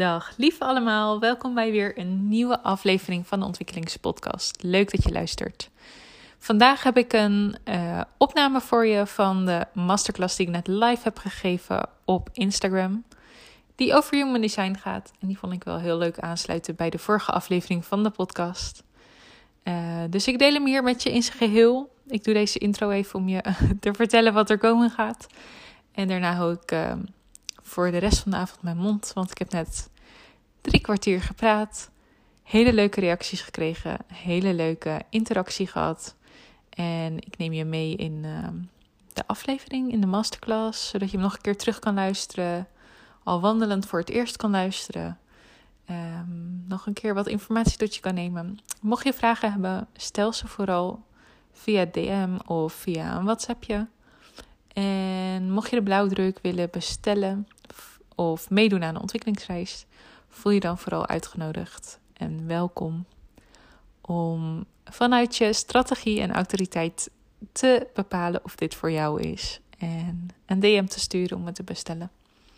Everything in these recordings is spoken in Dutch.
Dag lieve allemaal, welkom bij weer een nieuwe aflevering van de Ontwikkelingspodcast. Leuk dat je luistert. Vandaag heb ik een opname voor je van de masterclass die ik net live heb gegeven op Instagram. Die over human design gaat en die vond ik wel heel leuk aansluiten bij de vorige aflevering van de podcast. Dus ik deel hem hier met je in zijn geheel. Ik doe deze intro even om je te vertellen wat er komen gaat. En daarna hou ik voor de rest van de avond mijn mond, want ik heb net 3 kwartier gepraat, hele leuke reacties gekregen, hele leuke interactie gehad. En ik neem je mee in de aflevering, in de masterclass, zodat je hem nog een keer terug kan luisteren, al wandelend voor het eerst kan luisteren. Nog een keer wat informatie tot je kan nemen. Mocht je vragen hebben, stel ze vooral via DM of via een WhatsAppje. En mocht je de blauwdruk willen bestellen of meedoen aan de ontwikkelingsreis, voel je dan vooral uitgenodigd en welkom om vanuit je strategie en autoriteit te bepalen of dit voor jou is en een DM te sturen om het te bestellen.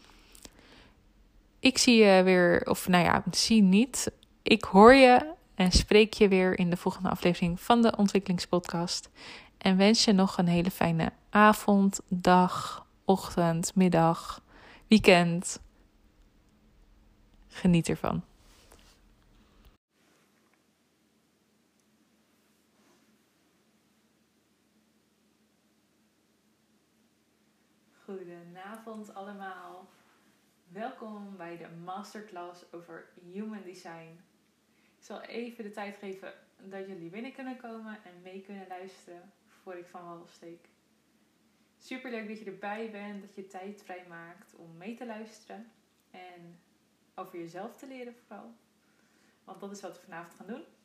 Ik zie je weer, zie niet. Ik hoor je en spreek je weer in de volgende aflevering van de Ontwikkelingspodcast. En wens je nog een hele fijne avond, dag, ochtend, middag, weekend. Geniet ervan. Goedenavond allemaal. Welkom bij de masterclass over human design. Ik zal even de tijd geven dat jullie binnen kunnen komen en mee kunnen luisteren voor ik van wal steek. Super leuk dat je erbij bent, dat je tijd vrijmaakt om mee te luisteren en over jezelf te leren vooral. Want dat is wat we vanavond gaan doen.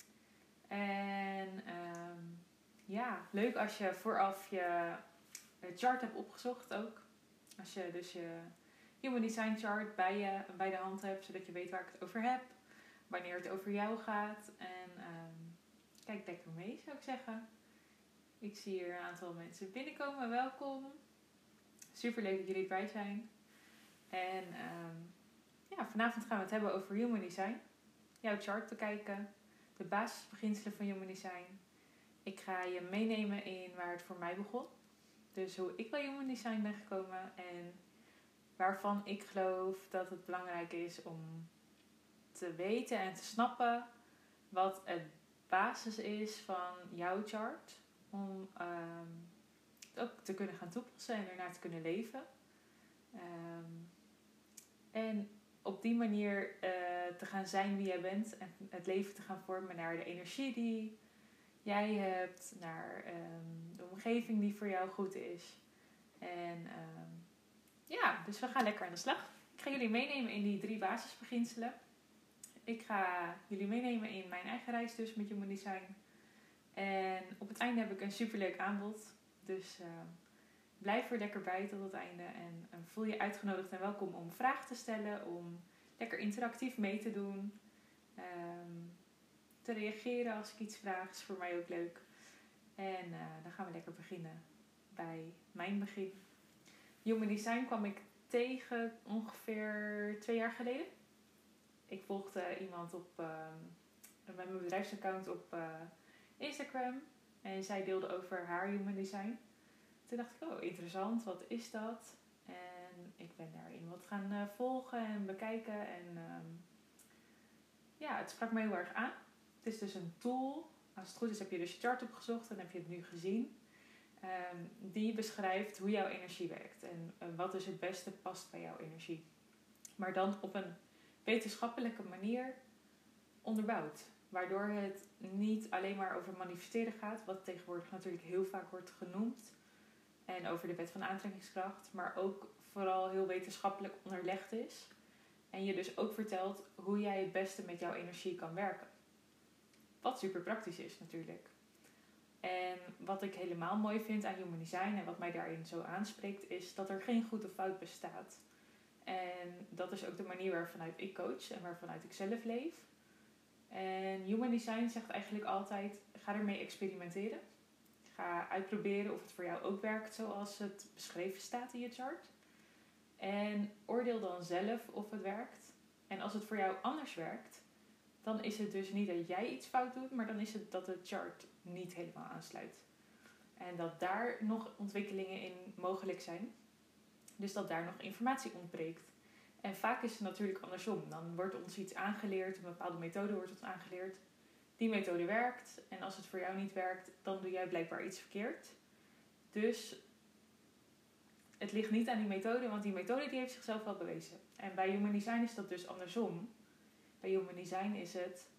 En leuk als je vooraf je chart hebt opgezocht ook. Als je dus je Human Design chart bij de hand hebt, zodat je weet waar ik het over heb. Wanneer het over jou gaat. En kijk lekker mee, zou ik zeggen. Ik zie hier een aantal mensen binnenkomen. Welkom. Super leuk dat jullie erbij zijn. En vanavond gaan we het hebben over Human Design. Jouw chart bekijken. De basisbeginselen van Human Design. Ik ga je meenemen in waar het voor mij begon. Dus hoe ik bij Human Design ben gekomen. En waarvan ik geloof dat het belangrijk is om te weten en te snappen wat het basis is van jouw chart. Om het ook te kunnen gaan toepassen en ernaar te kunnen leven. En op die manier te gaan zijn wie jij bent. En het leven te gaan vormen naar de energie die jij hebt. Naar de omgeving die voor jou goed is. En dus we gaan lekker aan de slag. Ik ga jullie meenemen in die 3 basisbeginselen. Ik ga jullie meenemen in mijn eigen reis dus met Human Design. En op het einde heb ik een superleuk aanbod. Dus blijf er lekker bij tot het einde. En voel je uitgenodigd en welkom om vragen te stellen. Om lekker interactief mee te doen. Te reageren als ik iets vraag is voor mij ook leuk. En dan gaan we lekker beginnen bij mijn begin. Human Design kwam ik tegen ongeveer 2 jaar geleden. Ik volgde iemand met mijn bedrijfsaccount op Instagram. En zij deelde over haar Human Design. Toen dacht ik, interessant, wat is dat? En ik ben daarin wat gaan volgen en bekijken. En het sprak me heel erg aan. Het is dus een tool. Als het goed is heb je dus je chart opgezocht en heb je het nu gezien. Die beschrijft hoe jouw energie werkt. En wat dus het beste past bij jouw energie. Maar dan op een wetenschappelijke manier onderbouwd. Waardoor het niet alleen maar over manifesteren gaat. Wat tegenwoordig natuurlijk heel vaak wordt genoemd. En over de wet van aantrekkingskracht. Maar ook vooral heel wetenschappelijk onderlegd is. En je dus ook vertelt hoe jij het beste met jouw energie kan werken. Wat super praktisch is natuurlijk. En wat ik helemaal mooi vind aan Human Design en wat mij daarin zo aanspreekt, is dat er geen goed of fout bestaat. En dat is ook de manier waarvanuit ik coach en waarvanuit ik zelf leef. En Human Design zegt eigenlijk altijd, ga ermee experimenteren. Ga uitproberen of het voor jou ook werkt zoals het beschreven staat in je chart. En oordeel dan zelf of het werkt. En als het voor jou anders werkt, dan is het dus niet dat jij iets fout doet, maar dan is het dat de chart niet helemaal aansluit. En dat daar nog ontwikkelingen in mogelijk zijn. Dus dat daar nog informatie ontbreekt. En vaak is het natuurlijk andersom. Dan wordt ons iets aangeleerd, een bepaalde methode wordt ons aangeleerd. Die methode werkt en als het voor jou niet werkt, dan doe jij blijkbaar iets verkeerd. Dus het ligt niet aan die methode, want die methode die heeft zichzelf wel bewezen. En bij Human Design is dat dus andersom. Bij Human Design is het,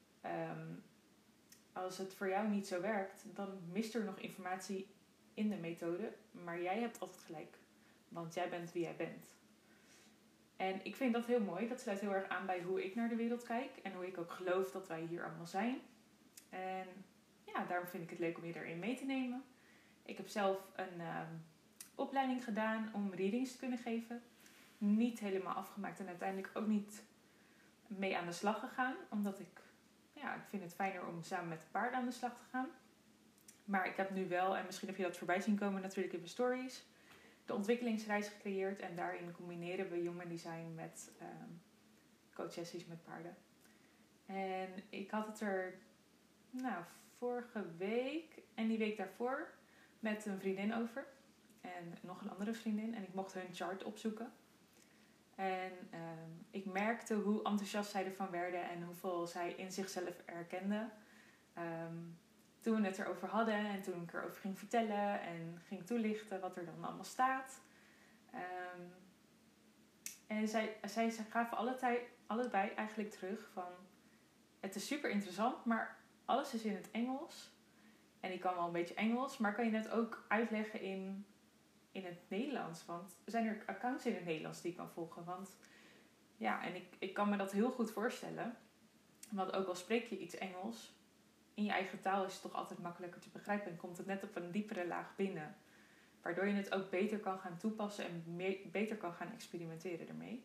als het voor jou niet zo werkt, dan mist er nog informatie in de methode. Maar jij hebt altijd gelijk, want jij bent wie jij bent. En ik vind dat heel mooi. Dat sluit heel erg aan bij hoe ik naar de wereld kijk. En hoe ik ook geloof dat wij hier allemaal zijn. En ja, daarom vind ik het leuk om je erin mee te nemen. Ik heb zelf een opleiding gedaan om readings te kunnen geven. Niet helemaal afgemaakt en uiteindelijk ook niet mee aan de slag gegaan. Omdat ik vind het fijner om samen met de paarden aan de slag te gaan. Maar ik heb nu wel, en misschien heb je dat voorbij zien komen natuurlijk in mijn stories, de ontwikkelingsreis gecreëerd. En daarin combineren we Human Design met coachsessies met paarden. En ik had het er vorige week en die week daarvoor met een vriendin over. En nog een andere vriendin. En ik mocht hun chart opzoeken. En ik merkte hoe enthousiast zij ervan werden en hoeveel zij in zichzelf herkenden. Toen we het erover hadden en toen ik erover ging vertellen en ging toelichten wat er dan allemaal staat. En zij gaven allebei eigenlijk terug van, het is super interessant, maar alles is in het Engels. En ik kan wel een beetje Engels, maar kan je het ook uitleggen in het Nederlands? Want zijn er accounts in het Nederlands die ik kan volgen? Want ja, en ik kan me dat heel goed voorstellen. Want ook al spreek je iets Engels, in je eigen taal is het toch altijd makkelijker te begrijpen. En komt het net op een diepere laag binnen. Waardoor je het ook beter kan gaan toepassen en beter kan gaan experimenteren ermee.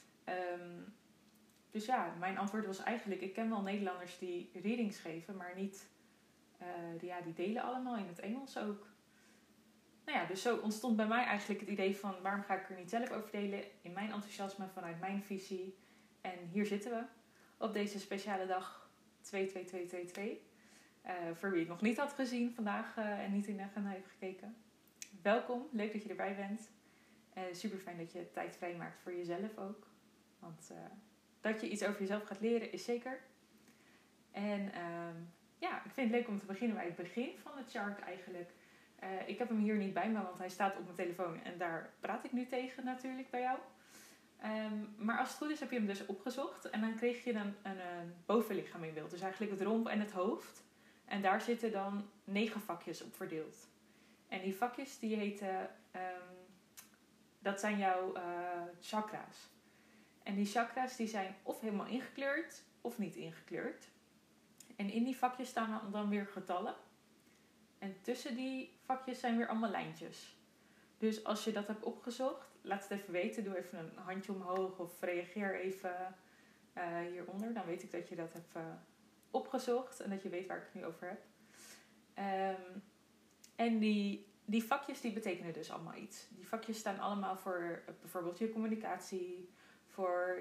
Dus ja, mijn antwoord was eigenlijk, ik ken wel Nederlanders die readings geven, maar niet, die delen allemaal in het Engels ook. Nou ja, dus zo ontstond bij mij eigenlijk het idee van, waarom ga ik er niet zelf over delen? In mijn enthousiasme, vanuit mijn visie. En hier zitten we op deze speciale dag 22222. Voor wie het nog niet had gezien vandaag en niet in de agenda heeft gekeken. Welkom, leuk dat je erbij bent. Super fijn dat je tijd vrijmaakt voor jezelf ook. Want dat je iets over jezelf gaat leren is zeker. En ik vind het leuk om te beginnen bij het begin van de chart eigenlijk. Ik heb hem hier niet bij me, want hij staat op mijn telefoon. En daar praat ik nu tegen natuurlijk bij jou. Maar als het goed is heb je hem dus opgezocht. En dan kreeg je een bovenlichaam in beeld. Dus eigenlijk het romp en het hoofd. En daar zitten dan 9 vakjes op verdeeld. En die vakjes die heten, dat zijn jouw chakra's. En die chakra's die zijn of helemaal ingekleurd of niet ingekleurd. En in die vakjes staan dan weer getallen. En tussen die vakjes zijn weer allemaal lijntjes. Dus als je dat hebt opgezocht, laat het even weten. Doe even een handje omhoog of reageer even hieronder. Dan weet ik dat je dat hebt opgezocht en dat je weet waar ik het nu over heb. En die vakjes die betekenen dus allemaal iets. Die vakjes staan allemaal voor bijvoorbeeld je communicatie, voor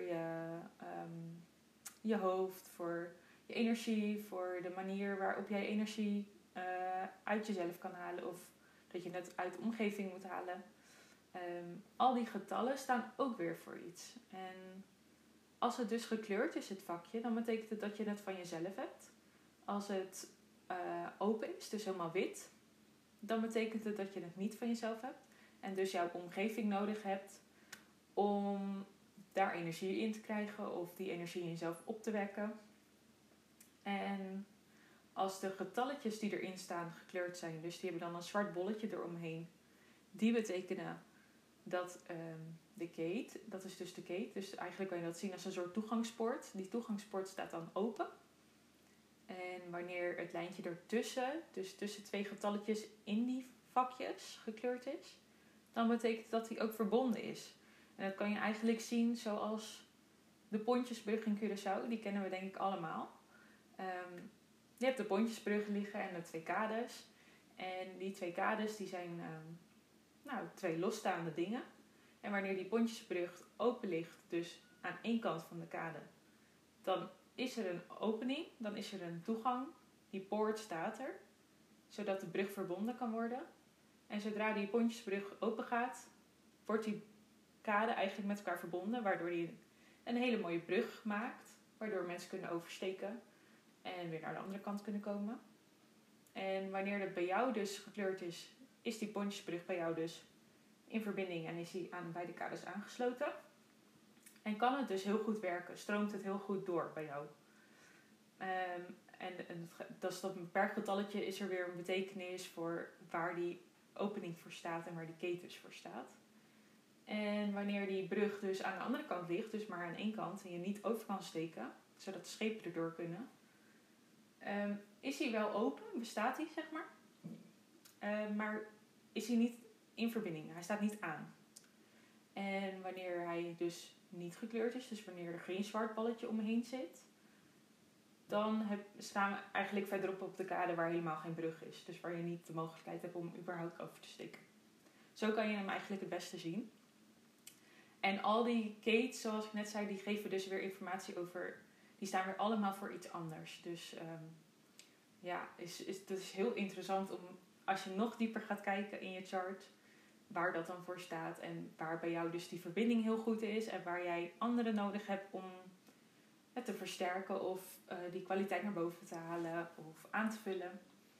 je hoofd, voor je energie, voor de manier waarop jij energie uit jezelf kan halen of dat je het uit de omgeving moet halen. Al die getallen staan ook weer voor iets. En als het dus gekleurd is, het vakje, dan betekent het dat je het van jezelf hebt. Als het open is, dus helemaal wit, dan betekent het dat je het niet van jezelf hebt. En dus jouw omgeving nodig hebt om daar energie in te krijgen of die energie in jezelf op te wekken. En als de getalletjes die erin staan gekleurd zijn, dus die hebben dan een zwart bolletje eromheen, die betekenen dat de gate, dat is dus de gate, dus eigenlijk kan je dat zien als een soort toegangspoort. Die toegangspoort staat dan open. En wanneer het lijntje ertussen, dus tussen 2 getalletjes in die vakjes gekleurd is, dan betekent dat die ook verbonden is. En dat kan je eigenlijk zien zoals de Pontjesbrug in Curaçao, die kennen we denk ik allemaal. Je hebt de Pontjesbrug liggen en de 2 kades. En die 2 kades die zijn 2 losstaande dingen. En wanneer die Pontjesbrug open ligt, dus aan één kant van de kade, dan is er een opening, dan is er een toegang. Die poort staat er, zodat de brug verbonden kan worden. En zodra die pontjesbrug open gaat, wordt die kade eigenlijk met elkaar verbonden, waardoor die een hele mooie brug maakt, waardoor mensen kunnen oversteken en weer naar de andere kant kunnen komen. En wanneer dat bij jou dus gekleurd is die pontjesbrug bij jou dus in verbinding en is die aan beide kades aangesloten. En kan het dus heel goed werken, stroomt het heel goed door bij jou. En dat per getalletje is er weer een betekenis voor waar die opening voor staat en waar die ketens voor staat. En wanneer die brug dus aan de andere kant ligt, dus maar aan één kant en je niet over kan steken, zodat de schepen erdoor kunnen, is hij wel open, bestaat hij zeg maar. Maar is hij niet in verbinding, hij staat niet aan. En wanneer hij dus niet gekleurd is, dus wanneer er geen zwart balletje omheen zit, dan staan we eigenlijk verderop op de kade waar helemaal geen brug is. Dus waar je niet de mogelijkheid hebt om überhaupt over te steken. Zo kan je hem eigenlijk het beste zien. En al die gates, zoals ik net zei, die geven dus weer informatie over. Die staan weer allemaal voor iets anders. Dus het is heel interessant om, als je nog dieper gaat kijken in je chart, waar dat dan voor staat. En waar bij jou dus die verbinding heel goed is. En waar jij anderen nodig hebt om het te versterken of die kwaliteit naar boven te halen of aan te vullen.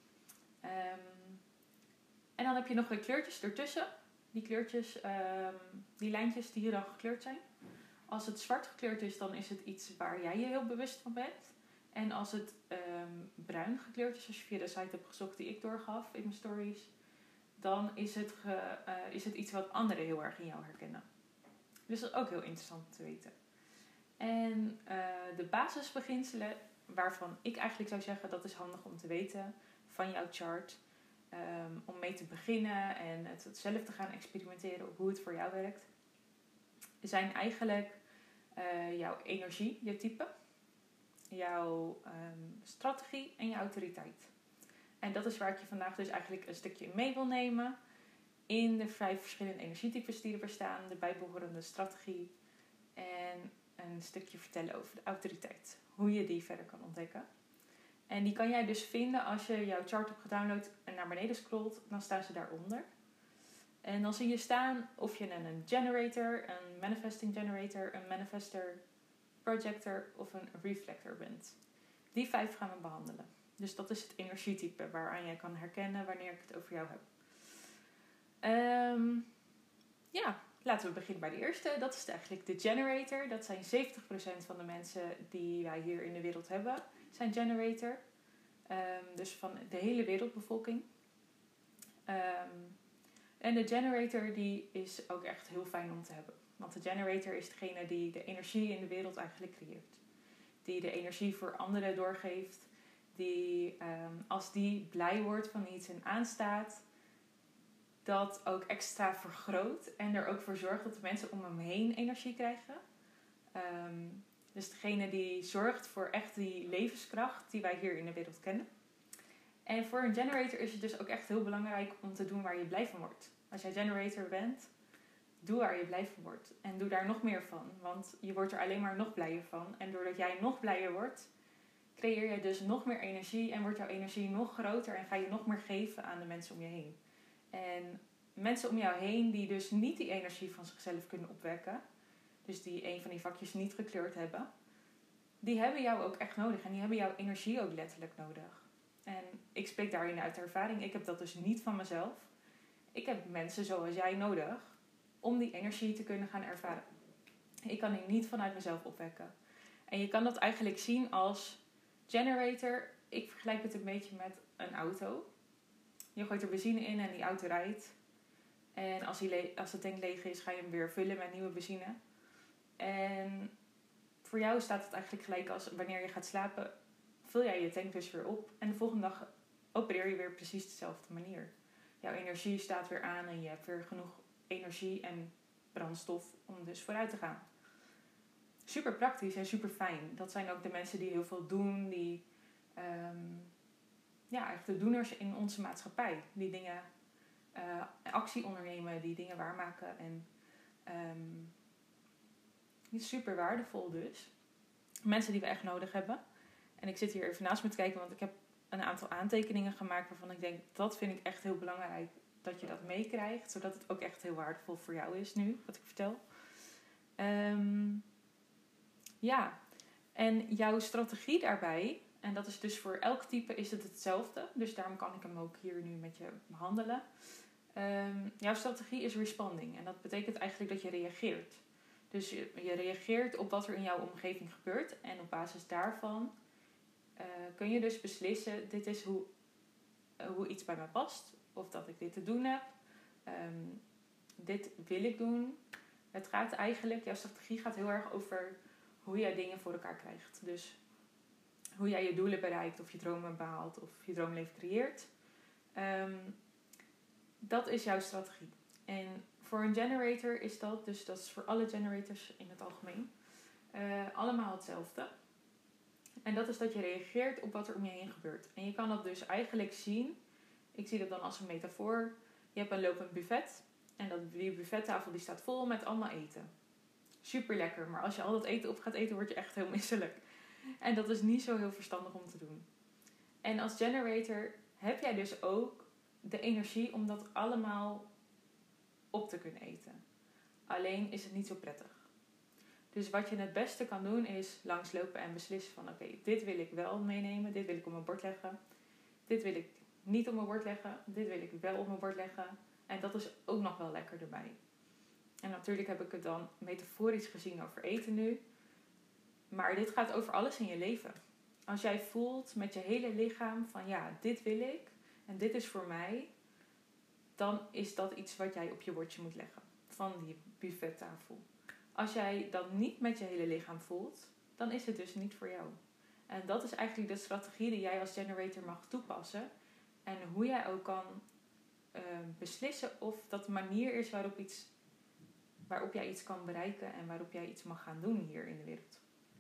En dan heb je nog weer kleurtjes ertussen. Die kleurtjes, die lijntjes die hier dan gekleurd zijn. Als het zwart gekleurd is, dan is het iets waar jij je heel bewust van bent. En als het bruin gekleurd is, als je via de site hebt gezocht die ik doorgaf in mijn stories, dan is het iets wat anderen heel erg in jou herkennen. Dus dat is ook heel interessant om te weten. En de basisbeginselen, waarvan ik eigenlijk zou zeggen dat is handig om te weten van jouw chart, om mee te beginnen en het zelf te gaan experimenteren op hoe het voor jou werkt, zijn eigenlijk jouw energie, je type, jouw strategie en je autoriteit. En dat is waar ik je vandaag dus eigenlijk een stukje in mee wil nemen. In de 5 verschillende energietypes die er bestaan, de bijbehorende strategie en een stukje vertellen over de autoriteit. Hoe je die verder kan ontdekken. En die kan jij dus vinden als je jouw chart hebt gedownload en naar beneden scrolt, dan staan ze daaronder. En dan zie je staan of je een generator, een manifesting generator, een manifester, projector of een reflector bent. Die 5 gaan we behandelen. Dus dat is het energietype waaraan jij kan herkennen wanneer ik het over jou heb. Laten we beginnen bij de eerste. Dat is eigenlijk de generator. Dat zijn 70% van de mensen die wij hier in de wereld hebben, zijn generator. Dus van de hele wereldbevolking. En de generator die is ook echt heel fijn om te hebben. Want de generator is degene die de energie in de wereld eigenlijk creëert. Die de energie voor anderen doorgeeft. Die als die blij wordt van iets en aanstaat, dat ook extra vergroot. En er ook voor zorgt dat de mensen om hem heen energie krijgen. Dus degene die zorgt voor echt die levenskracht die wij hier in de wereld kennen. En voor een generator is het dus ook echt heel belangrijk om te doen waar je blij van wordt. Als jij generator bent, doe waar je blij van wordt. En doe daar nog meer van. Want je wordt er alleen maar nog blijer van. En doordat jij nog blijer wordt, creëer je dus nog meer energie. En wordt jouw energie nog groter. En ga je nog meer geven aan de mensen om je heen. En mensen om jou heen die dus niet die energie van zichzelf kunnen opwekken. Dus die een van die vakjes niet gekleurd hebben. Die hebben jou ook echt nodig. En die hebben jouw energie ook letterlijk nodig. En ik spreek daarin uit ervaring. Ik heb dat dus niet van mezelf. Ik heb mensen zoals jij nodig om die energie te kunnen gaan ervaren. Ik kan die niet vanuit mezelf opwekken. En je kan dat eigenlijk zien als generator. Ik vergelijk het een beetje met een auto. Je gooit er benzine in en die auto rijdt. En als de tank leeg is, ga je hem weer vullen met nieuwe benzine. En voor jou staat het eigenlijk gelijk als wanneer je gaat slapen, vul jij je tank dus weer op. En de volgende dag opereer je weer precies dezelfde manier. Jouw energie staat weer aan en je hebt weer genoeg energie en brandstof om dus vooruit te gaan. Super praktisch en super fijn. Dat zijn ook de mensen die heel veel doen, die echt de doeners in onze maatschappij. Die dingen, actie ondernemen, die dingen waarmaken en Super waardevol dus. Mensen die we echt nodig hebben. En ik zit hier even naast me te kijken, want ik heb een aantal aantekeningen gemaakt waarvan ik denk, dat vind ik echt heel belangrijk dat je dat meekrijgt. Zodat het ook echt heel waardevol voor jou is nu, wat ik vertel. Ja, en jouw strategie daarbij, en dat is dus voor elk type is het hetzelfde. Dus daarom kan ik hem ook hier nu met je behandelen. Jouw strategie is responding. En dat betekent eigenlijk dat je reageert. Dus je reageert op wat er in jouw omgeving gebeurt. En op basis daarvan kun je dus beslissen, dit is hoe iets bij mij past. Of dat ik dit te doen heb. Dit wil ik doen. Het gaat eigenlijk, jouw strategie gaat heel erg over hoe jij dingen voor elkaar krijgt. Dus hoe jij je doelen bereikt, of je dromen behaalt, of je droomleven creëert. Dat is jouw strategie. En voor een generator is dat, dus dat is voor alle generators in het algemeen, allemaal hetzelfde. En dat is dat je reageert op wat er om je heen gebeurt. En je kan dat dus eigenlijk zien, ik zie dat dan als een metafoor. Je hebt een lopend buffet en die buffettafel die staat vol met allemaal eten. Super lekker, maar als je al dat eten op gaat eten, word je echt heel misselijk. En dat is niet zo heel verstandig om te doen. En als generator heb jij dus ook de energie om dat allemaal op te kunnen eten. Alleen is het niet zo prettig. Dus wat je het beste kan doen is langslopen en beslissen van oké, dit wil ik wel meenemen, dit wil ik op mijn bord leggen. Dit wil ik niet op mijn bord leggen, dit wil ik wel op mijn bord leggen. En dat is ook nog wel lekker erbij. En natuurlijk heb ik het dan metaforisch gezien over eten nu. Maar dit gaat over alles in je leven. Als jij voelt met je hele lichaam van ja, dit wil ik en dit is voor mij, dan is dat iets wat jij op je bordje moet leggen van die buffettafel. Als jij dat niet met je hele lichaam voelt, dan is het dus niet voor jou. En dat is eigenlijk de strategie die jij als generator mag toepassen. En hoe jij ook kan beslissen of dat de manier is waarop jij iets kan bereiken en waarop jij iets mag gaan doen hier in de wereld.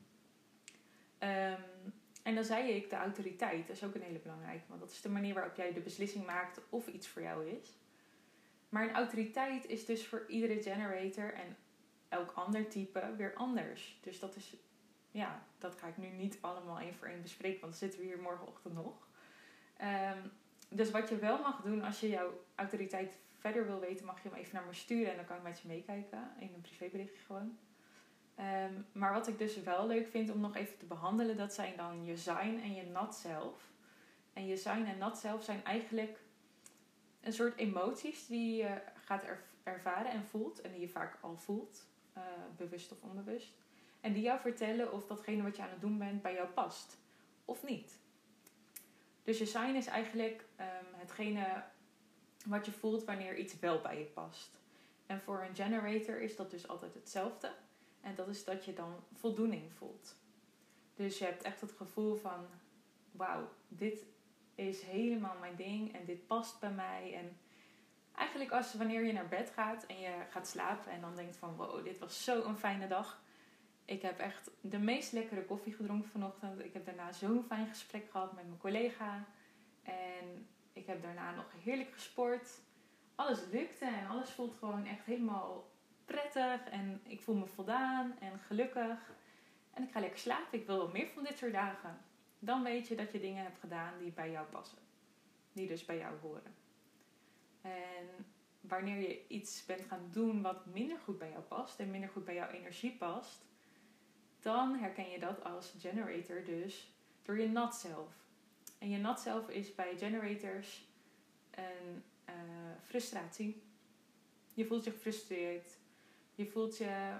En dan zei ik de autoriteit, dat is ook een hele belangrijke, want dat is de manier waarop jij de beslissing maakt of iets voor jou is. Maar een autoriteit is dus voor iedere generator en elk ander type weer anders. Dus dat is, ja, dat ga ik nu niet allemaal één voor één bespreken, want dan zitten we hier morgenochtend nog. Dus wat je wel mag doen als je jouw autoriteit verder wil weten, mag je hem even naar me sturen en dan kan ik met je meekijken in een privéberichtje gewoon. Maar wat ik dus wel leuk vind om nog even te behandelen, dat zijn dan je zijn en je not zelf. En je zijn en not zelf zijn eigenlijk een soort emoties die je gaat ervaren en voelt. En die je vaak al voelt, bewust of onbewust. En die jou vertellen of datgene wat je aan het doen bent bij jou past. Of niet. Dus je zijn is eigenlijk hetgene wat je voelt wanneer iets wel bij je past. En voor een generator is dat dus altijd hetzelfde. En dat is dat je dan voldoening voelt. Dus je hebt echt het gevoel van, wauw, dit is helemaal mijn ding en dit past bij mij. En eigenlijk wanneer je naar bed gaat en je gaat slapen en dan denkt van, wow, dit was zo'n fijne dag. Ik heb echt de meest lekkere koffie gedronken vanochtend. Ik heb daarna zo'n fijn gesprek gehad met mijn collega. En ik heb daarna nog heerlijk gesport. Alles lukte en alles voelt gewoon echt helemaal prettig. En ik voel me voldaan en gelukkig. En ik ga lekker slapen. Ik wil wel meer van dit soort dagen. Dan weet je dat je dingen hebt gedaan die bij jou passen. Die dus bij jou horen. En wanneer je iets bent gaan doen wat minder goed bij jou past. En minder goed bij jouw energie past. Dan herken je dat als generator dus door je not self. En je not self is bij generators een frustratie. Je voelt je gefrustreerd. Je voelt je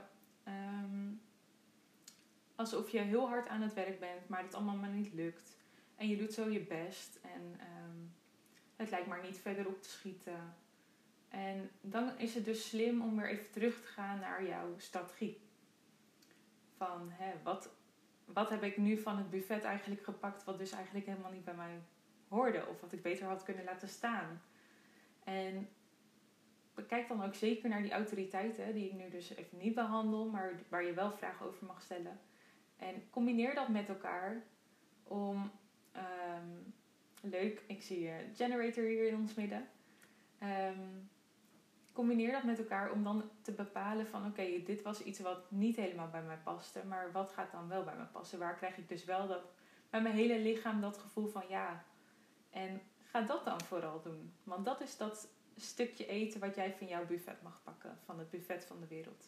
alsof je heel hard aan het werk bent, maar het allemaal maar niet lukt. En je doet zo je best en het lijkt maar niet verder op te schieten. En dan is het dus slim om weer even terug te gaan naar jouw strategie. Van, wat heb ik nu van het buffet eigenlijk gepakt, wat dus eigenlijk helemaal niet bij mij hoorde. Of wat ik beter had kunnen laten staan. En kijk dan ook zeker naar die autoriteiten, die ik nu dus even niet behandel, maar waar je wel vragen over mag stellen. En combineer dat met elkaar om, leuk, ik zie Generator hier in ons midden. combineer dat met elkaar om dan te bepalen van oké, dit was iets wat niet helemaal bij mij paste. Maar wat gaat dan wel bij me passen? Waar krijg ik dus wel dat bij mijn hele lichaam dat gevoel van ja. En ga dat dan vooral doen. Want dat is dat stukje eten wat jij van jouw buffet mag pakken. Van het buffet van de wereld.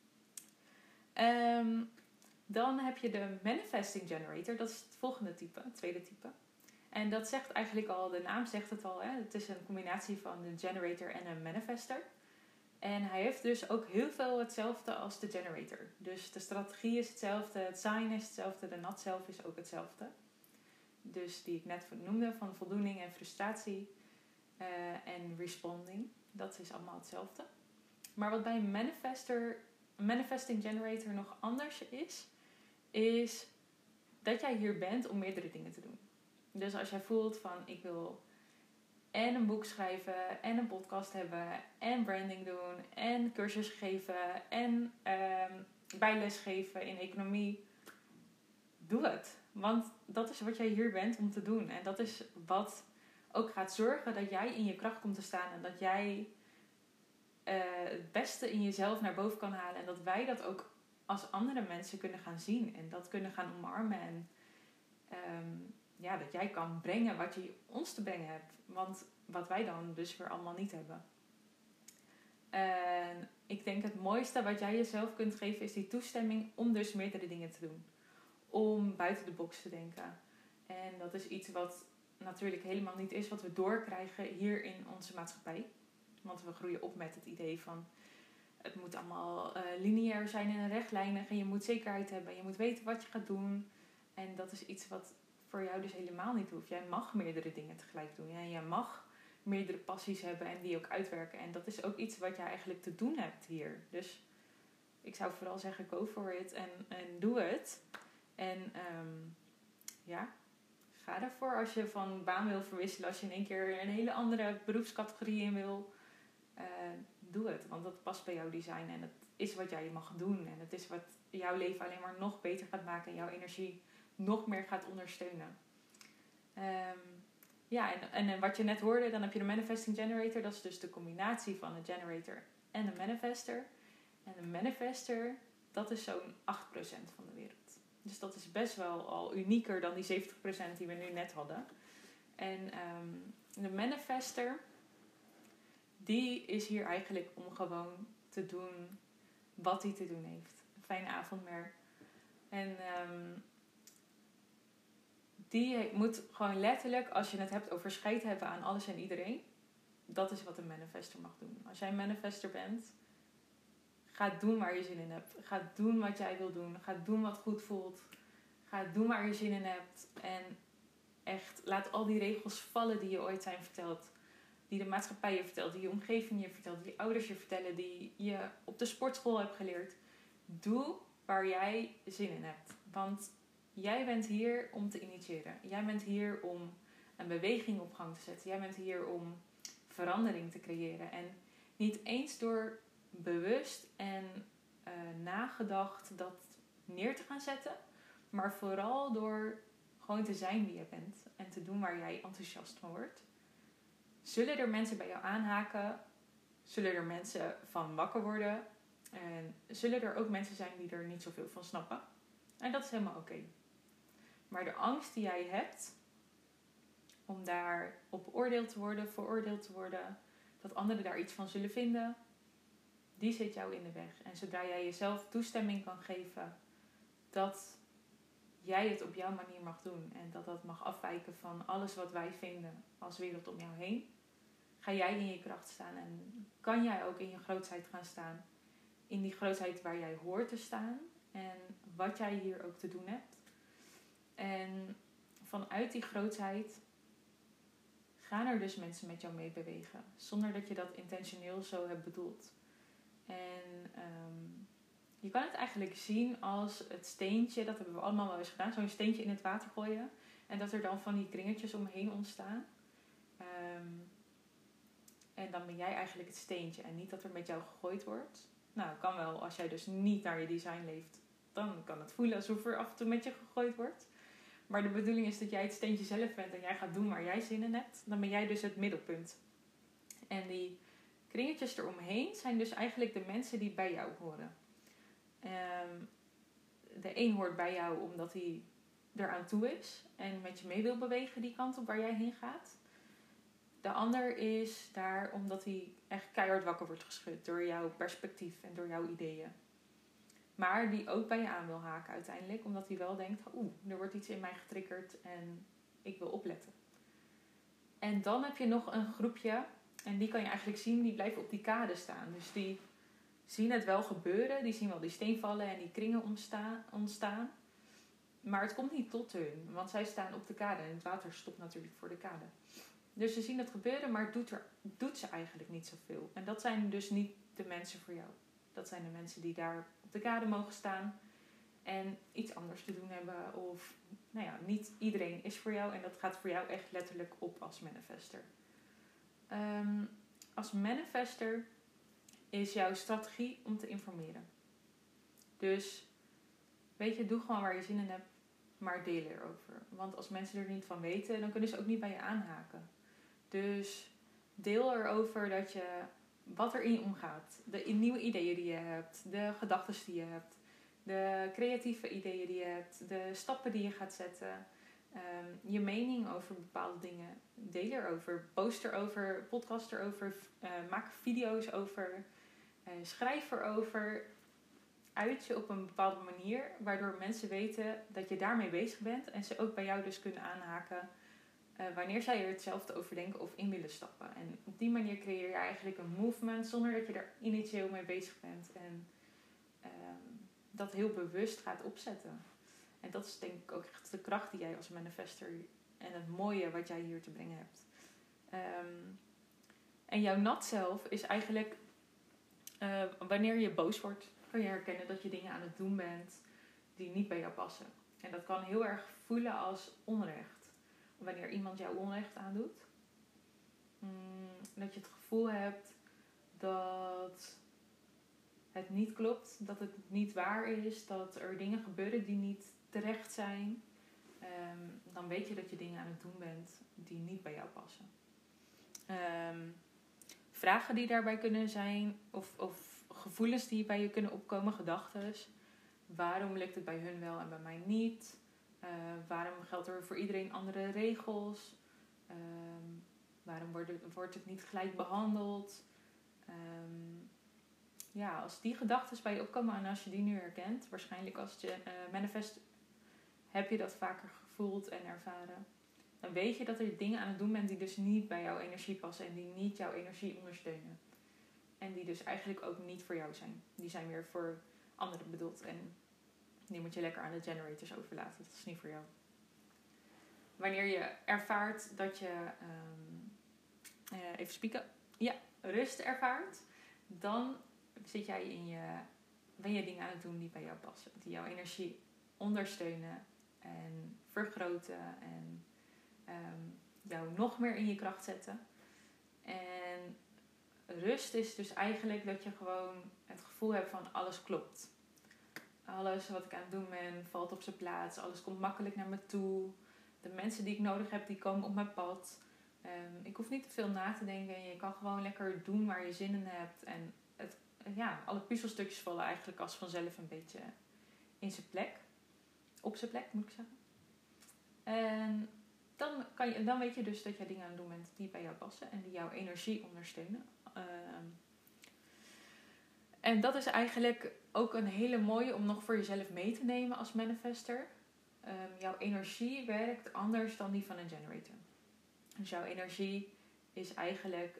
Dan heb je de Manifesting Generator. Dat is het volgende type, het tweede type. En dat zegt eigenlijk al, de naam zegt het al. Hè? Het is een combinatie van een generator en een manifester. En hij heeft dus ook heel veel hetzelfde als de generator. Dus de strategie is hetzelfde, het sign is hetzelfde, de not zelf is ook hetzelfde. Dus die ik net noemde, van voldoening en frustratie en responding. Dat is allemaal hetzelfde. Maar wat bij een manifesting generator nog anders is dat jij hier bent om meerdere dingen te doen. Dus als jij voelt van ik wil en een boek schrijven en een podcast hebben en branding doen en cursus geven en bijles geven in economie, doe het. Want dat is wat jij hier bent om te doen. En dat is wat ook gaat zorgen dat jij in je kracht komt te staan en dat jij het beste in jezelf naar boven kan halen. En dat wij dat ook als andere mensen kunnen gaan zien en dat kunnen gaan omarmen. En dat jij kan brengen wat je ons te brengen hebt. Want wat wij dan dus weer allemaal niet hebben. En ik denk het mooiste wat jij jezelf kunt geven is die toestemming om dus meerdere dingen te doen. Om buiten de box te denken. En dat is iets wat natuurlijk helemaal niet is wat we doorkrijgen hier in onze maatschappij. Want we groeien op met het idee van het moet allemaal lineair zijn en rechtlijnig. En je moet zekerheid hebben. Je moet weten wat je gaat doen. En dat is iets wat voor jou dus helemaal niet hoeft. Jij mag meerdere dingen tegelijk doen. En jij mag meerdere passies hebben en die ook uitwerken. En dat is ook iets wat jij eigenlijk te doen hebt hier. Dus ik zou vooral zeggen, go for it en doe het. En ga ervoor als je van baan wil verwisselen. Als je in één keer een hele andere beroepscategorie in wil. Doe het, want dat past bij jouw design. En het is wat jij mag doen. En het is wat jouw leven alleen maar nog beter gaat maken. En jouw energie nog meer gaat ondersteunen. En wat je net hoorde, dan heb je de Manifesting Generator. Dat is dus de combinatie van de generator en de manifester. En de manifester, dat is zo'n 8% van de wereld. Dus dat is best wel al unieker dan die 70% die we nu net hadden. En de manifester, die is hier eigenlijk om gewoon te doen wat hij te doen heeft. Een fijne avond meer. En die moet gewoon letterlijk, als je het hebt over scheid hebben aan alles en iedereen. Dat is wat een manifester mag doen. Als jij een manifester bent, ga doen waar je zin in hebt. Ga doen wat jij wil doen. Ga doen wat goed voelt. Ga doen waar je zin in hebt. En echt, laat al die regels vallen die je ooit zijn verteld. Die de maatschappij je vertelt. Die je omgeving je vertelt. Die ouders je vertellen. Die je op de sportschool hebt geleerd. Doe waar jij zin in hebt. Want jij bent hier om te initiëren. Jij bent hier om een beweging op gang te zetten. Jij bent hier om verandering te creëren. En niet eens door bewust en nagedacht dat neer te gaan zetten. Maar vooral door gewoon te zijn wie je bent. En te doen waar jij enthousiast van wordt. Zullen er mensen bij jou aanhaken? Zullen er mensen van wakker worden? En zullen er ook mensen zijn die er niet zoveel van snappen? En dat is helemaal oké. Maar de angst die jij hebt om daar op beoordeeld te worden, veroordeeld te worden, dat anderen daar iets van zullen vinden, die zit jou in de weg. En zodra jij jezelf toestemming kan geven dat jij het op jouw manier mag doen en dat dat mag afwijken van alles wat wij vinden als wereld om jou heen, ga jij in je kracht staan en kan jij ook in je grootheid gaan staan. In die grootheid waar jij hoort te staan en wat jij hier ook te doen hebt. En vanuit die grootheid gaan er dus mensen met jou mee bewegen. Zonder dat je dat intentioneel zo hebt bedoeld. En je kan het eigenlijk zien als het steentje. Dat hebben we allemaal wel eens gedaan. Zo'n steentje in het water gooien. En dat er dan van die kringetjes omheen ontstaan. En dan ben jij eigenlijk het steentje. En niet dat er met jou gegooid wordt. Nou, kan wel. Als jij dus niet naar je design leeft. Dan kan het voelen alsof er af en toe met je gegooid wordt. Maar de bedoeling is dat jij het steentje zelf bent. En jij gaat doen waar jij zin in hebt. Dan ben jij dus het middelpunt. En die Kringetjes eromheen zijn dus eigenlijk de mensen die bij jou horen. De een hoort bij jou omdat hij eraan toe is en met je mee wil bewegen die kant op waar jij heen gaat. De ander is daar omdat hij echt keihard wakker wordt geschud door jouw perspectief en door jouw ideeën. Maar die ook bij je aan wil haken uiteindelijk, omdat hij wel denkt, er wordt iets in mij getriggerd en ik wil opletten. En dan heb je nog een groepje, en die kan je eigenlijk zien, die blijven op die kade staan. Dus die zien het wel gebeuren, die zien wel die steen vallen en die kringen ontstaan. Maar het komt niet tot hun, want zij staan op de kade en het water stopt natuurlijk voor de kade. Dus ze zien het gebeuren, maar het doet ze eigenlijk niet zoveel. En dat zijn dus niet de mensen voor jou. Dat zijn de mensen die daar op de kade mogen staan en iets anders te doen hebben. Of, niet iedereen is voor jou en dat gaat voor jou echt letterlijk op als manifester. Als manifester is jouw strategie om te informeren. Dus, doe gewoon waar je zin in hebt, maar deel erover. Want als mensen er niet van weten, dan kunnen ze ook niet bij je aanhaken. Dus deel erover wat er in je omgaat. De nieuwe ideeën die je hebt. De gedachten die je hebt. De creatieve ideeën die je hebt. De stappen die je gaat zetten. Je mening over bepaalde dingen. Deel erover. Post erover. Podcast erover. Maak video's over. Schrijf erover. Uit je op een bepaalde manier. Waardoor mensen weten dat je daarmee bezig bent. En ze ook bij jou dus kunnen aanhaken. Wanneer zij er hetzelfde over denken of in willen stappen. En op die manier creëer je eigenlijk een movement zonder dat je er initieel mee bezig bent. En dat heel bewust gaat opzetten. En dat is denk ik ook echt de kracht die jij als manifester en het mooie wat jij hier te brengen hebt. En jouw nat zelf is eigenlijk wanneer je boos wordt, kan je herkennen dat je dingen aan het doen bent die niet bij jou passen. En dat kan heel erg voelen als onrecht. Wanneer iemand jou onrecht aandoet. Dat je het gevoel hebt dat het niet klopt. Dat het niet waar is. Dat er dingen gebeuren die niet terecht zijn. Dan weet je dat je dingen aan het doen bent die niet bij jou passen. Vragen die daarbij kunnen zijn. Of gevoelens die bij je kunnen opkomen. Gedachten. Waarom lukt het bij hun wel en bij mij niet? Waarom geldt er voor iedereen andere regels? Waarom wordt het niet gelijk behandeld? Als die gedachten bij je opkomen en als je die nu herkent, waarschijnlijk als je manifest heb je dat vaker gevoeld en ervaren, dan weet je dat er dingen aan het doen bent die dus niet bij jouw energie passen en die niet jouw energie ondersteunen. En die dus eigenlijk ook niet voor jou zijn. Die zijn weer voor anderen bedoeld en die moet je lekker aan de generators overlaten. Dat is niet voor jou. Wanneer je ervaart dat je rust ervaart, dan ben je dingen aan het doen die bij jou passen. Die jouw energie ondersteunen en vergroten en jou nog meer in je kracht zetten. En rust is dus eigenlijk dat je gewoon het gevoel hebt van alles klopt. Alles wat ik aan het doen ben valt op zijn plaats. Alles komt makkelijk naar me toe. De mensen die ik nodig heb, die komen op mijn pad. Ik hoef niet te veel na te denken. Je kan gewoon lekker doen waar je zin in hebt. En alle puzzelstukjes vallen eigenlijk als vanzelf een beetje in zijn plek. Op zijn plek, moet ik zeggen. En dan weet je dus dat je dingen aan het doen bent die bij jou passen. En die jouw energie ondersteunen. En dat is eigenlijk ook een hele mooie om nog voor jezelf mee te nemen als manifester. Jouw energie werkt anders dan die van een generator. Dus jouw energie is eigenlijk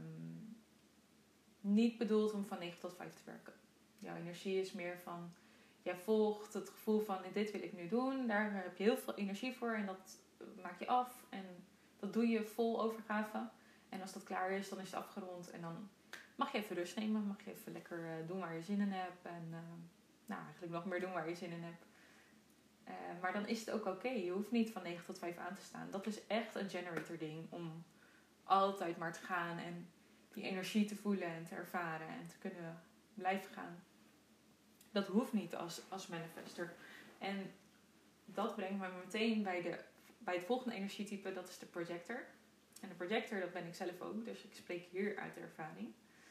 niet bedoeld om van 9 tot 5 te werken. Jouw energie is meer van, jij volgt het gevoel van dit wil ik nu doen. Daar heb je heel veel energie voor en dat maak je af. En dat doe je vol overgave. En als dat klaar is, dan is het afgerond en dan mag je even rust nemen. Mag je even lekker doen waar je zin in hebt. En eigenlijk nog meer doen waar je zin in hebt. Maar dan is het ook oké. Je hoeft niet van 9 tot 5 aan te staan. Dat is echt een generator ding. Om altijd maar te gaan. En die energie te voelen en te ervaren. En te kunnen blijven gaan. Dat hoeft niet als manifester. En dat brengt me meteen bij het volgende energietype. Dat is de projector. En de projector, dat ben ik zelf ook. Dus ik spreek hier uit de ervaring.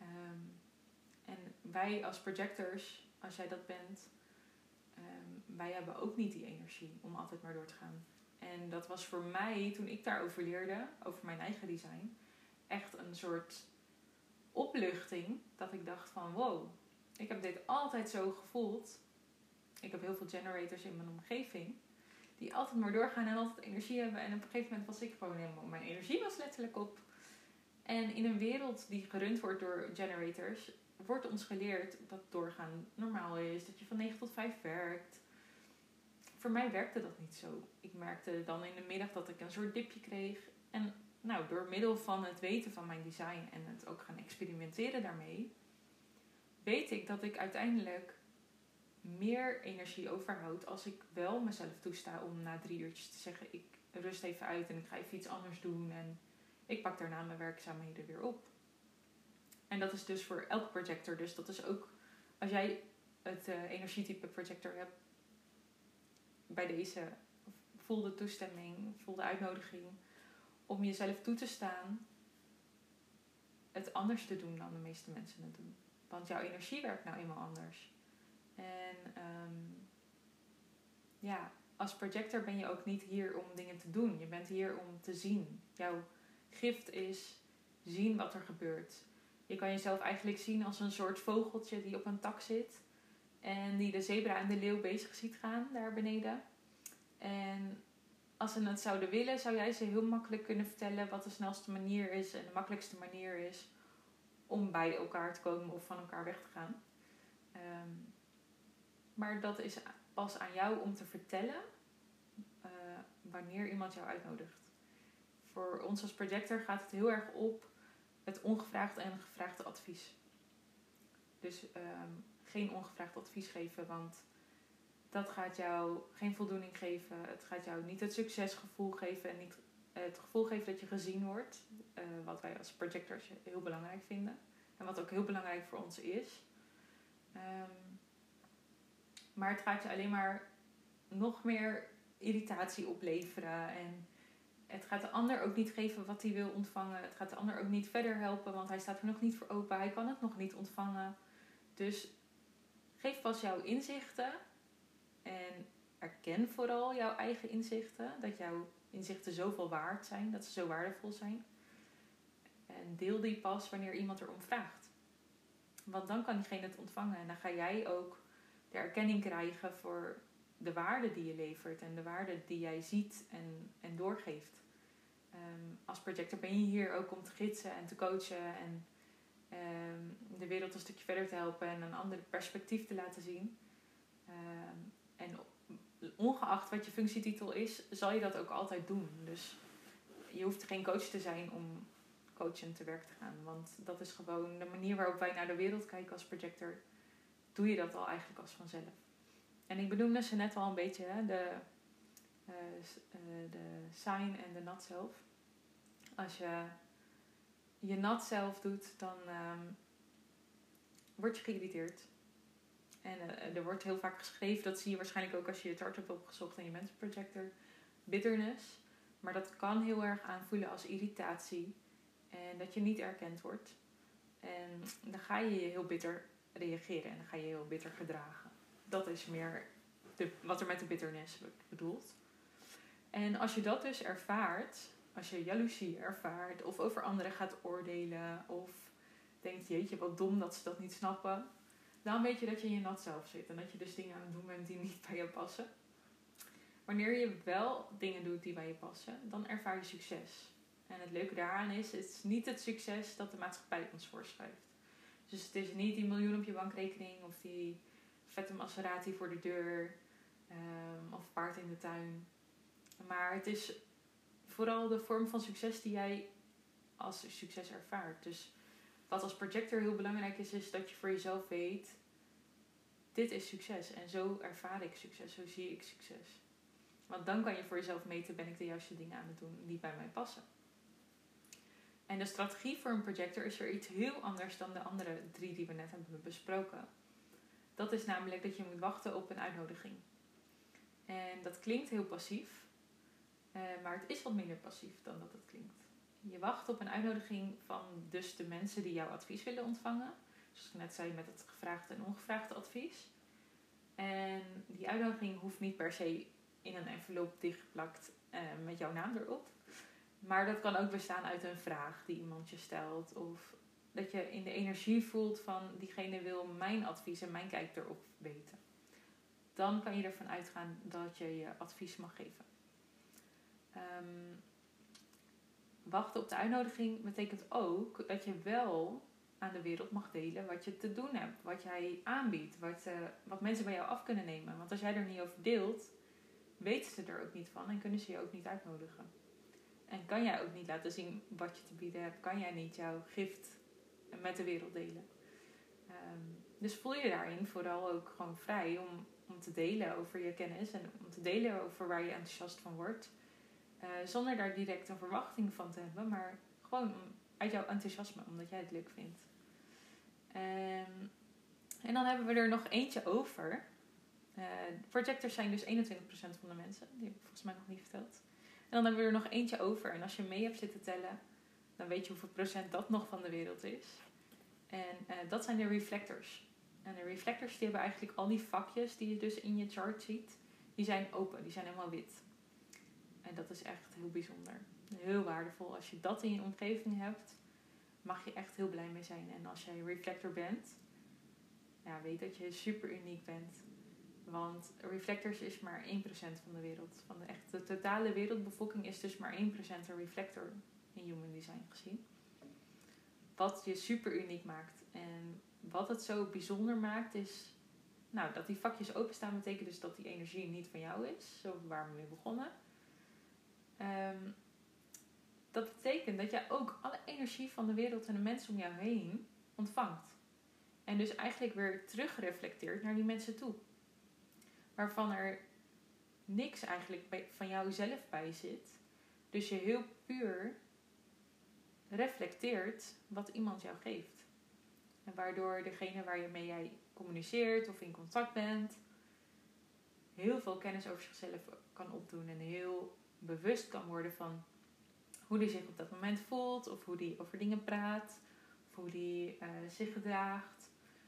En wij als projectors, als jij dat bent, wij hebben ook niet die energie om altijd maar door te gaan. En dat was voor mij, toen ik daarover leerde, over mijn eigen design, echt een soort opluchting. Dat ik dacht van wow, ik heb dit altijd zo gevoeld. Ik heb heel veel generators in mijn omgeving die altijd maar doorgaan en altijd energie hebben. En op een gegeven moment was ik gewoon helemaal, mijn energie was letterlijk op. En in een wereld die gerund wordt door generators, wordt ons geleerd dat doorgaan normaal is. Dat je van 9 tot 5 werkt. Voor mij werkte dat niet zo. Ik merkte dan in de middag dat ik een soort dipje kreeg. En nou, door middel van het weten van mijn design en het ook gaan experimenteren daarmee, weet ik dat ik uiteindelijk meer energie overhoud als ik wel mezelf toesta om na 3 uurtjes te zeggen, ik rust even uit en ik ga even iets anders doen en ik pak daarna mijn werkzaamheden weer op. En dat is dus voor elke projector. Dus dat is ook, als jij het energietype projector hebt, bij deze voel de toestemming, voel de uitnodiging om jezelf toe te staan het anders te doen dan de meeste mensen het doen. Want jouw energie werkt nou eenmaal anders. En als projector ben je ook niet hier om dingen te doen. Je bent hier om te zien. Jouw gift is zien wat er gebeurt. Je kan jezelf eigenlijk zien als een soort vogeltje die op een tak zit. En die de zebra en de leeuw bezig ziet gaan daar beneden. En als ze het zouden willen, zou jij ze heel makkelijk kunnen vertellen wat de snelste manier is en de makkelijkste manier is om bij elkaar te komen of van elkaar weg te gaan. Maar dat is pas aan jou om te vertellen wanneer iemand jou uitnodigt. Voor ons als projector gaat het heel erg op het ongevraagde en gevraagde advies. Dus geen ongevraagd advies geven, want dat gaat jou geen voldoening geven. Het gaat jou niet het succesgevoel geven en niet het gevoel geven dat je gezien wordt. Wat wij als projectors heel belangrijk vinden. En wat ook heel belangrijk voor ons is. Maar het gaat je alleen maar nog meer irritatie opleveren. En het gaat de ander ook niet geven wat hij wil ontvangen. Het gaat de ander ook niet verder helpen, want hij staat er nog niet voor open. Hij kan het nog niet ontvangen. Dus geef pas jouw inzichten. En erken vooral jouw eigen inzichten. Dat jouw inzichten zoveel waard zijn. Dat ze zo waardevol zijn. En deel die pas wanneer iemand erom vraagt. Want dan kan diegene het ontvangen. En dan ga jij ook de erkenning krijgen voor de waarde die je levert. En de waarde die jij ziet en doorgeeft. Als projector ben je hier ook om te gidsen en te coachen. En de wereld een stukje verder te helpen. En een ander perspectief te laten zien. En ongeacht wat je functietitel is, zal je dat ook altijd doen. Dus je hoeft geen coach te zijn om coachend te werk te gaan. Want dat is gewoon de manier waarop wij naar de wereld kijken als projector. Doe je dat al eigenlijk als vanzelf. En ik benoemde ze net al een beetje, hè, de sign en de not self. Als je not self doet, dan word je geïrriteerd. En er wordt heel vaak geschreven, dat zie je waarschijnlijk ook als je je chart hebt opgezocht en je bent een projector, bitterness. Maar dat kan heel erg aanvoelen als irritatie en dat je niet erkend wordt. En dan ga je heel bitter reageren en dan ga je heel bitter gedragen. Dat is meer wat er met de bitterness bedoelt. En als je dat dus ervaart, als je jaloezie ervaart of over anderen gaat oordelen of denkt, jeetje wat dom dat ze dat niet snappen, dan weet je dat je in je not zelf zit en dat je dus dingen aan het doen bent die niet bij je passen. Wanneer je wel dingen doet die bij je passen, dan ervaar je succes. En het leuke daaraan is, het is niet het succes dat de maatschappij ons voorschrijft. Dus het is niet die miljoen op je bankrekening of die vette Maserati voor de deur of paard in de tuin. Maar het is vooral de vorm van succes die jij als succes ervaart. Dus wat als projector heel belangrijk is dat je voor jezelf weet, dit is succes en zo ervaar ik succes, zo zie ik succes. Want dan kan je voor jezelf meten, ben ik de juiste dingen aan het doen die bij mij passen. En de strategie voor een projector is weer iets heel anders dan de andere 3 die we net hebben besproken. Dat is namelijk dat je moet wachten op een uitnodiging. En dat klinkt heel passief, maar het is wat minder passief dan dat het klinkt. Je wacht op een uitnodiging van dus de mensen die jouw advies willen ontvangen. Zoals ik net zei met het gevraagde en ongevraagde advies. En die uitnodiging hoeft niet per se in een envelop dichtgeplakt met jouw naam erop. Maar dat kan ook bestaan uit een vraag die iemand je stelt. Of dat je in de energie voelt van diegene wil mijn advies en mijn kijk erop weten. Dan kan je ervan uitgaan dat je je advies mag geven. Wachten op de uitnodiging betekent ook dat je wel aan de wereld mag delen wat je te doen hebt. Wat jij aanbiedt. Wat mensen bij jou af kunnen nemen. Want als jij er niet over deelt, weten ze er ook niet van en kunnen ze je ook niet uitnodigen. En kan jij ook niet laten zien wat je te bieden hebt. Kan jij niet jouw gift met de wereld delen. Dus voel je daarin vooral ook gewoon vrij om te delen over je kennis. En om te delen over waar je enthousiast van wordt. Zonder daar direct een verwachting van te hebben. Maar gewoon uit jouw enthousiasme. Omdat jij het leuk vindt. En dan hebben we er nog eentje over. Projectors zijn dus 21% van de mensen. Die heb ik volgens mij nog niet verteld. En dan hebben we er nog eentje over. En als je mee hebt zitten tellen, dan weet je hoeveel procent dat nog van de wereld is. En dat zijn de reflectors. En de reflectors die hebben eigenlijk al die vakjes die je dus in je chart ziet. Die zijn open, die zijn helemaal wit. En dat is echt heel bijzonder. Heel waardevol. Als je dat in je omgeving hebt, mag je echt heel blij mee zijn. En als jij reflector bent, ja, weet dat je super uniek bent. Want reflectors is maar 1% van de wereld. Van de totale wereldbevolking is dus maar 1% een reflector in human design gezien. Wat je super uniek maakt. En wat het zo bijzonder maakt is, nou, dat die vakjes openstaan betekent dus dat die energie niet van jou is. Zo waar we mee begonnen. Dat betekent dat jij ook alle energie van de wereld en de mensen om jou heen ontvangt. En dus eigenlijk weer terugreflecteert naar die mensen toe. Waarvan er niks eigenlijk van jou zelf bij zit. Dus je heel puur reflecteert wat iemand jou geeft. En waardoor degene waarmee jij communiceert of in contact bent, heel veel kennis over zichzelf kan opdoen. En heel bewust kan worden van hoe die zich op dat moment voelt. Of hoe die over dingen praat. Of hoe die zich gedraagt.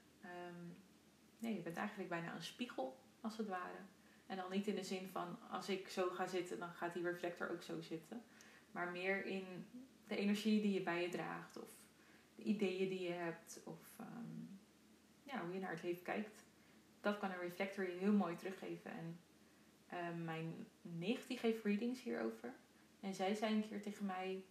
Je bent eigenlijk bijna een spiegel, als het ware. En dan niet in de zin van, als ik zo ga zitten, dan gaat die reflector ook zo zitten. Maar meer in de energie die je bij je draagt. Of de ideeën die je hebt. Of hoe je naar het leven kijkt. Dat kan een reflector je heel mooi teruggeven. En mijn nicht die geeft readings hierover. En zij zei een keer tegen mij,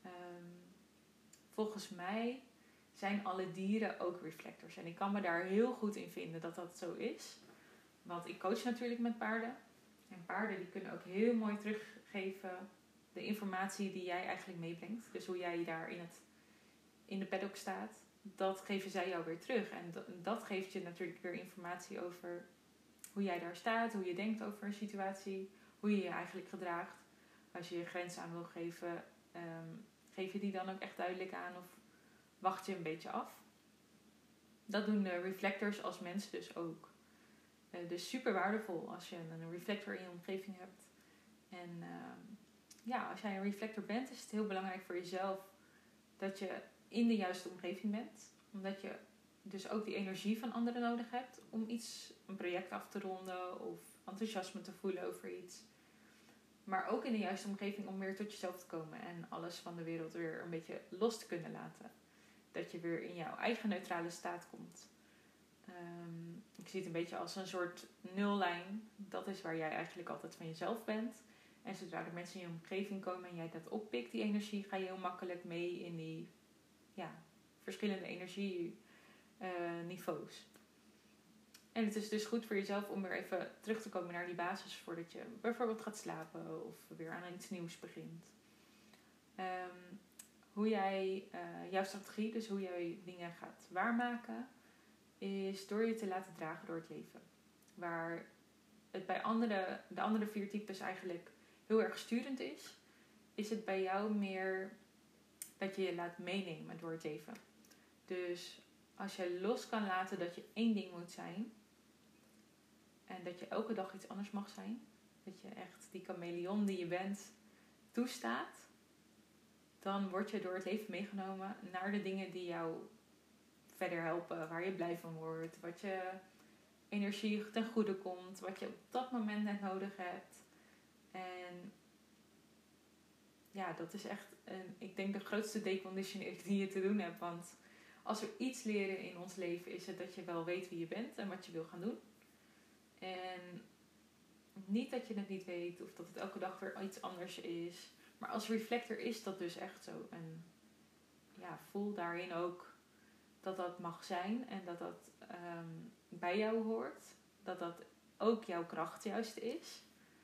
volgens mij zijn alle dieren ook reflectors. En ik kan me daar heel goed in vinden dat dat zo is. Want ik coach natuurlijk met paarden. En paarden die kunnen ook heel mooi teruggeven de informatie die jij eigenlijk meebrengt. Dus hoe jij daar in de paddock staat. Dat geven zij jou weer terug. En dat geeft je natuurlijk weer informatie over hoe jij daar staat. Hoe je denkt over een situatie. Hoe je je eigenlijk gedraagt. Als je je grens aan wil geven, geef je die dan ook echt duidelijk aan. Of wacht je een beetje af. Dat doen de reflectors als mensen dus ook. Dus super waardevol als je een reflector in je omgeving hebt. En als jij een reflector bent, is het heel belangrijk voor jezelf dat je in de juiste omgeving bent. Omdat je dus ook die energie van anderen nodig hebt om een project af te ronden of enthousiasme te voelen over iets. Maar ook in de juiste omgeving om weer tot jezelf te komen en alles van de wereld weer een beetje los te kunnen laten. Dat je weer in jouw eigen neutrale staat komt. Ik zie het een beetje als een soort nullijn. Dat is waar jij eigenlijk altijd van jezelf bent. En zodra er mensen in je omgeving komen en jij dat oppikt, die energie, ga je heel makkelijk mee in die verschillende energieniveaus. En het is dus goed voor jezelf om weer even terug te komen naar die basis voordat je bijvoorbeeld gaat slapen of weer aan iets nieuws begint. Hoe jij jouw strategie, dus hoe jij dingen gaat waarmaken, is door je te laten dragen door het leven. Waar het bij de andere 4 types eigenlijk heel erg sturend is het bij jou meer dat je je laat meenemen door het leven. Dus als je los kan laten dat je 1 ding moet zijn en dat je elke dag iets anders mag zijn, dat je echt die chameleon die je bent toestaat, dan word je door het leven meegenomen naar de dingen die jou verder helpen. Waar je blij van wordt. Wat je energie ten goede komt. Wat je op dat moment net nodig hebt. En ja, dat is echt, ik denk, de grootste deconditionering die je te doen hebt. Want als we iets leren in ons leven, is het dat je wel weet wie je bent en wat je wil gaan doen. En niet dat je het niet weet of dat het elke dag weer iets anders is. Maar als reflector is dat dus echt zo. En ja, voel daarin ook dat dat mag zijn en dat dat bij jou hoort. Dat dat ook jouw kracht juist is.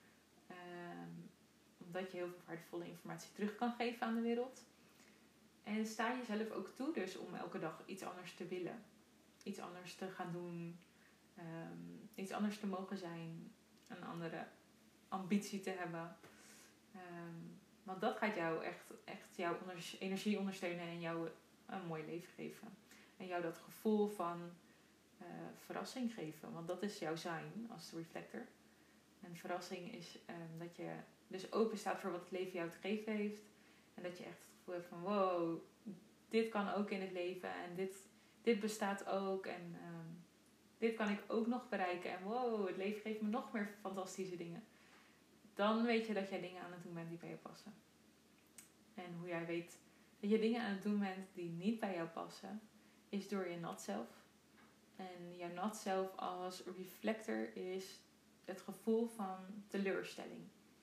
Omdat je heel veel waardevolle informatie terug kan geven aan de wereld. En sta jezelf ook toe dus om elke dag iets anders te willen. Iets anders te gaan doen. Iets anders te mogen zijn. Een andere ambitie te hebben. Want dat gaat jou echt jouw energie ondersteunen en jou een mooi leven geven. En jou dat gevoel van verrassing geven. Want dat is jouw zijn als reflector. En verrassing is dat je dus open staat voor wat het leven jou te geven heeft. En dat je echt het gevoel hebt van wow, dit kan ook in het leven. En dit bestaat ook. En dit kan ik ook nog bereiken. En wow, het leven geeft me nog meer fantastische dingen. Dan weet je dat jij dingen aan het doen bent die bij je passen. En hoe jij weet dat je dingen aan het doen bent die niet bij jou passen, is door je not self. En jouw not self als reflector is het gevoel van teleurstelling.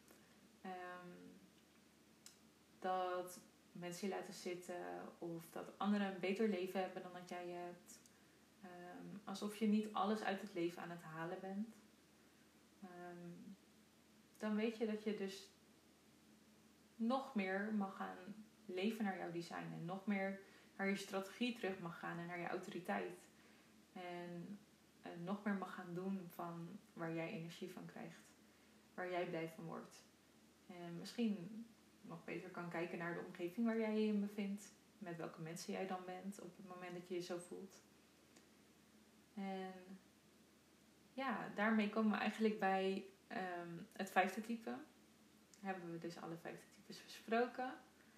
Dat mensen je laten zitten of dat anderen een beter leven hebben dan dat jij hebt. Alsof je niet alles uit het leven aan het halen bent. Dan weet je dat je dus nog meer mag gaan leven naar jouw design. En nog meer naar je strategie terug mag gaan en naar je autoriteit. En nog meer mag gaan doen van waar jij energie van krijgt. Waar jij blij van wordt. En misschien nog beter kan kijken naar de omgeving waar jij je in bevindt. Met welke mensen jij dan bent op het moment dat je je zo voelt. En ja, daarmee komen we eigenlijk bij het 5e type. Hebben we dus alle 5 types besproken.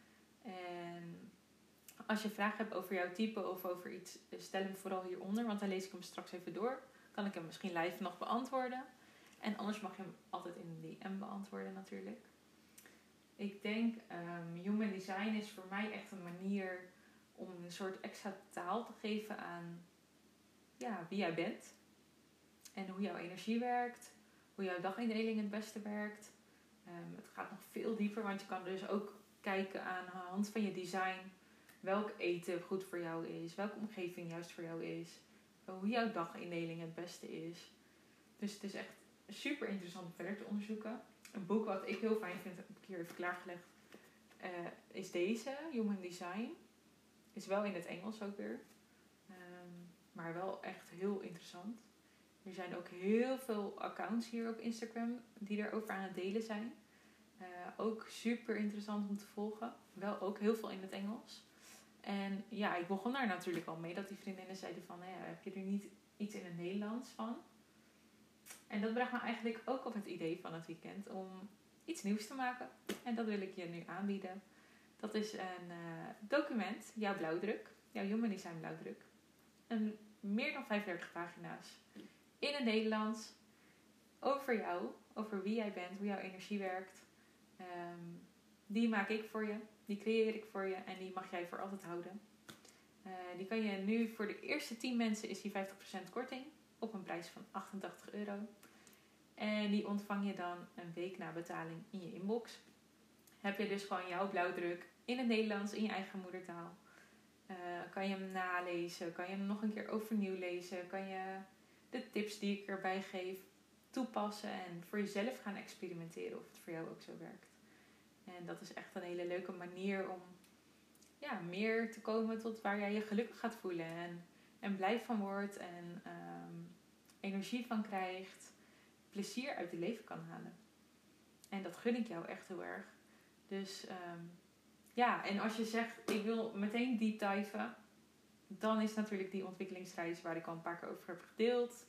En als je vragen hebt over jouw type of over iets, stel hem vooral hieronder. Want dan lees ik hem straks even door. Kan ik hem misschien live nog beantwoorden. En anders mag je hem altijd in een DM beantwoorden natuurlijk. Ik denk, human design is voor mij echt een manier om een soort extra taal te geven aan wie jij bent. En hoe jouw energie werkt. Hoe jouw dagindeling het beste werkt. Het gaat nog veel dieper, want je kan dus ook kijken aan de hand van je design welk eten goed voor jou is, welke omgeving juist voor jou is, hoe jouw dagindeling het beste is. Dus het is echt super interessant om verder te onderzoeken. Een boek wat ik heel fijn vind, heb ik hier even klaargelegd, is deze, Human Design. Is wel in het Engels ook weer. Maar wel echt heel interessant. Er zijn ook heel veel accounts hier op Instagram die erover aan het delen zijn. Ook super interessant om te volgen. Wel ook heel veel in het Engels. En ja, ik begon daar natuurlijk al mee dat die vriendinnen zeiden van, heb je er niet iets in het Nederlands van? En dat bracht me eigenlijk ook op het idee van het weekend om iets nieuws te maken. En dat wil ik je nu aanbieden. Dat is een document, jouw blauwdruk, jouw Human Design blauwdruk. Meer dan 35 pagina's in het Nederlands over jou, over wie jij bent, hoe jouw energie werkt. Die maak ik voor je, die creëer ik voor je en die mag jij voor altijd houden. Die kan je nu voor de eerste 10 mensen is die 50% korting op een prijs van €88. En die ontvang je dan een week na betaling in je inbox. Heb je dus gewoon jouw blauwdruk in het Nederlands, in je eigen moedertaal. Kan je hem nalezen, kan je hem nog een keer overnieuw lezen, kan je de tips die ik erbij geef toepassen en voor jezelf gaan experimenteren of het voor jou ook zo werkt. En dat is echt een hele leuke manier om meer te komen tot waar jij je gelukkig gaat voelen en blij van wordt en energie van krijgt, plezier uit je leven kan halen. En dat gun ik jou echt heel erg. Dus en als je zegt ik wil meteen deep diven, dan is natuurlijk die ontwikkelingsreis waar ik al een paar keer over heb gedeeld.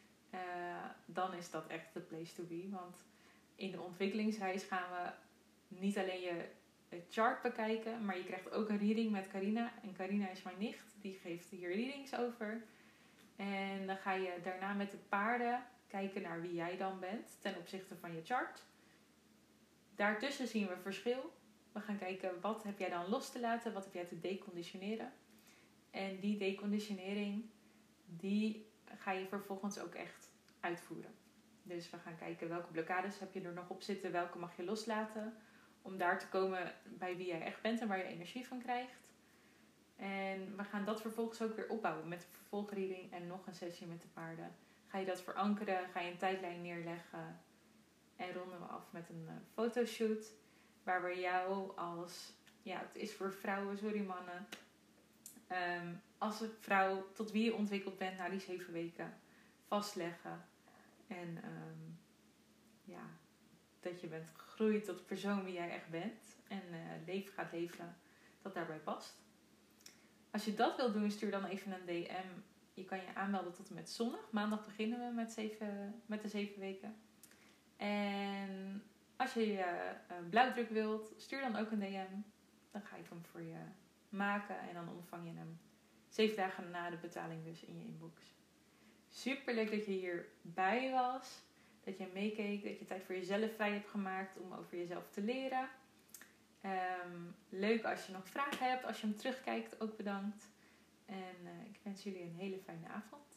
Dan is dat echt de place to be. Want in de ontwikkelingsreis gaan we niet alleen je chart bekijken. Maar je krijgt ook een reading met Carina. En Carina is mijn nicht. Die geeft hier readings over. En dan ga je daarna met de paarden kijken naar wie jij dan bent ten opzichte van je chart. Daartussen zien we verschil. We gaan kijken wat heb jij dan los te laten, wat heb jij te deconditioneren. En die deconditionering, die ga je vervolgens ook echt uitvoeren. Dus we gaan kijken welke blokkades heb je er nog op zitten, welke mag je loslaten. Om daar te komen bij wie jij echt bent en waar je energie van krijgt. En we gaan dat vervolgens ook weer opbouwen met een vervolgreading en nog een sessie met de paarden. Ga je dat verankeren, ga je een tijdlijn neerleggen en ronden we af met een fotoshoot. Waar we jou als, het is voor vrouwen, sorry mannen. Als een vrouw tot wie je ontwikkeld bent na die 7 weken vastleggen. En dat je bent gegroeid tot de persoon wie jij echt bent. En leven gaat leven dat daarbij past. Als je dat wilt doen, stuur dan even een DM. Je kan je aanmelden tot en met zondag. Maandag beginnen we met de 7 weken. En als je blauwdruk wilt, stuur dan ook een DM. Dan ga ik hem voor je maken. En dan ontvang je hem 7 dagen na de betaling dus in je inbox. Super leuk dat je hierbij was. Dat je meekeek. Dat je tijd voor jezelf vrij hebt gemaakt om over jezelf te leren. Leuk als je nog vragen hebt. Als je hem terugkijkt, ook bedankt. En ik wens jullie een hele fijne avond.